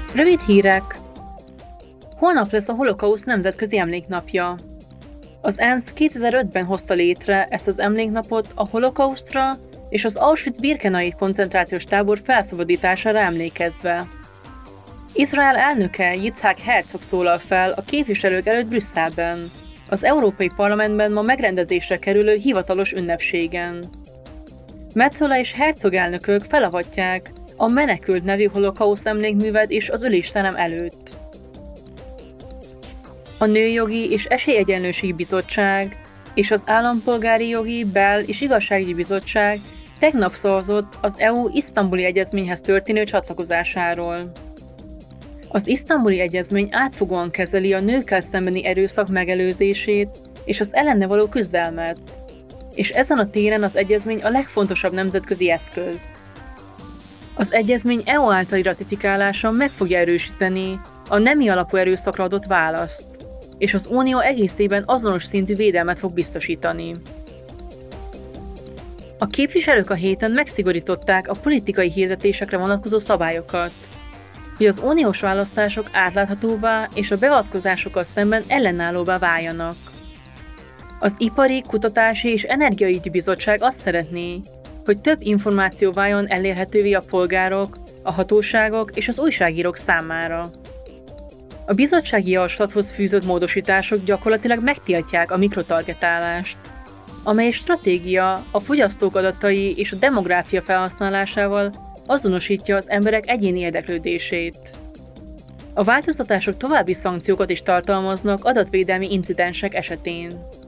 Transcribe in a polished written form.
Rövid hírek. Holnap lesz a Holokauszt Nemzetközi Emléknapja. Az ENSZ 2005-ben hozta létre ezt az emléknapot a holokausztra és az Auschwitz-Birkenau koncentrációs tábor felszabadítására emlékezve. Izrael elnöke Yitzhak Herzog szólal fel a képviselők előtt Brüsszelben, az Európai Parlamentben ma megrendezésre kerülő hivatalos ünnepségen. Metsola és Herzog elnökök felavatják a Menekült nevű holokauszt emlékművet is az ülésterem előtt. A Nőjogi és Esélyegyenlőségi Bizottság és az Állampolgári Jogi, Bel- és Igazságügyi Bizottság tegnap szavazott az EU isztambuli egyezményhez történő csatlakozásáról. Az isztambuli egyezmény átfogóan kezeli a nőkkel szembeni erőszak megelőzését és az ellene való küzdelmet, és ezen a téren az egyezmény a legfontosabb nemzetközi eszköz. Az egyezmény EU általi ratifikálása meg fogja erősíteni a nemi alapú erőszakra adott választ, és az Unió egészében azonos szintű védelmet fog biztosítani. A képviselők a héten megszigorították a politikai hirdetésekre vonatkozó szabályokat, hogy az uniós választások átláthatóvá és a beavatkozásokkal szemben ellenállóvá váljanak. Az Ipari, Kutatási és Energiaügyi Bizottság azt szeretné, hogy több információ váljon elérhetővé a polgárok, a hatóságok és az újságírók számára. A bizottsági javaslathoz fűzött módosítások gyakorlatilag megtiltják a mikrotargetálást, amely stratégia a fogyasztók adatai és a demográfia felhasználásával azonosítja az emberek egyéni érdeklődését. A változtatások további szankciókat is tartalmaznak adatvédelmi incidensek esetén.